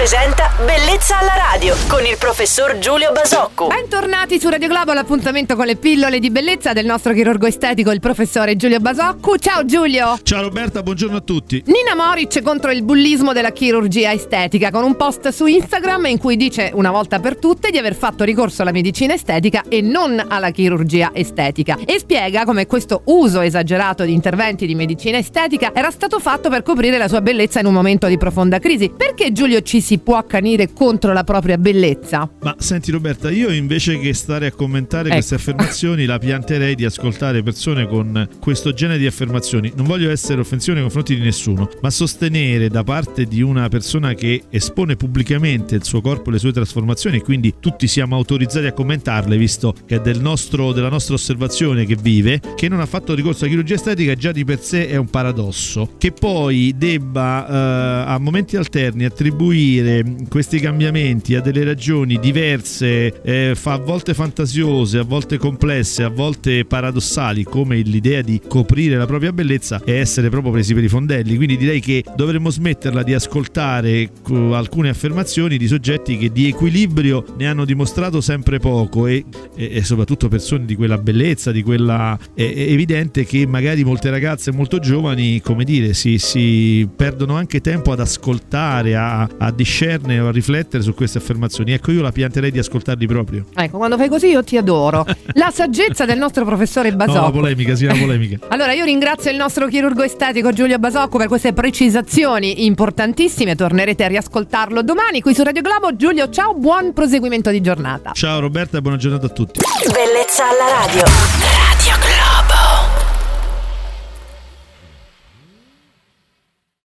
presenta Bellezza alla radio con il professor Giulio Basocco. Bentornati su Radio Globo, l'appuntamento con le pillole di bellezza del nostro chirurgo estetico, il professore Giulio Basocco. Ciao Giulio. Ciao Roberta, buongiorno a tutti. Nina Moric contro il bullismo della chirurgia estetica, con un post su Instagram in cui dice una volta per tutte di aver fatto ricorso alla medicina estetica e non alla chirurgia estetica, e spiega come questo uso esagerato di interventi di medicina estetica era stato fatto per coprire la sua bellezza in un momento di profonda crisi. Perché, Giulio, ci si può accanire contro la propria bellezza? Ma senti Roberta, io invece che stare a commentare queste affermazioni la pianterei di ascoltare persone con questo genere di affermazioni. Non voglio essere offensivo nei confronti di nessuno, ma sostenere da parte di una persona che espone pubblicamente il suo corpo e le sue trasformazioni, quindi tutti siamo autorizzati a commentarle, visto che è della nostra osservazione che vive, che non ha fatto ricorso alla chirurgia estetica, già di per sé è un paradosso. Che poi debba a momenti alterni attribuire questi cambiamenti a delle ragioni diverse, a volte fantasiose, a volte complesse, a volte paradossali, come l'idea di coprire la propria bellezza, è essere proprio presi per i fondelli. Quindi direi che dovremmo smetterla di ascoltare alcune affermazioni di soggetti che di equilibrio ne hanno dimostrato sempre poco, e soprattutto persone di quella bellezza, di quella è evidente che magari molte ragazze molto giovani, come dire, si perdono anche tempo ad ascoltare, a discernere o a riflettere su queste affermazioni. Ecco, io la pianterei di ascoltarli proprio. Ecco, quando fai così io ti adoro. La saggezza del nostro professore Basocco. No, la polemica, sì, la polemica. Allora, io ringrazio il nostro chirurgo estetico Giulio Basocco per queste precisazioni importantissime. Tornerete a riascoltarlo domani qui su Radio Globo. Giulio, ciao, buon proseguimento di giornata. Ciao Roberta e buona giornata a tutti. Bellezza alla radio.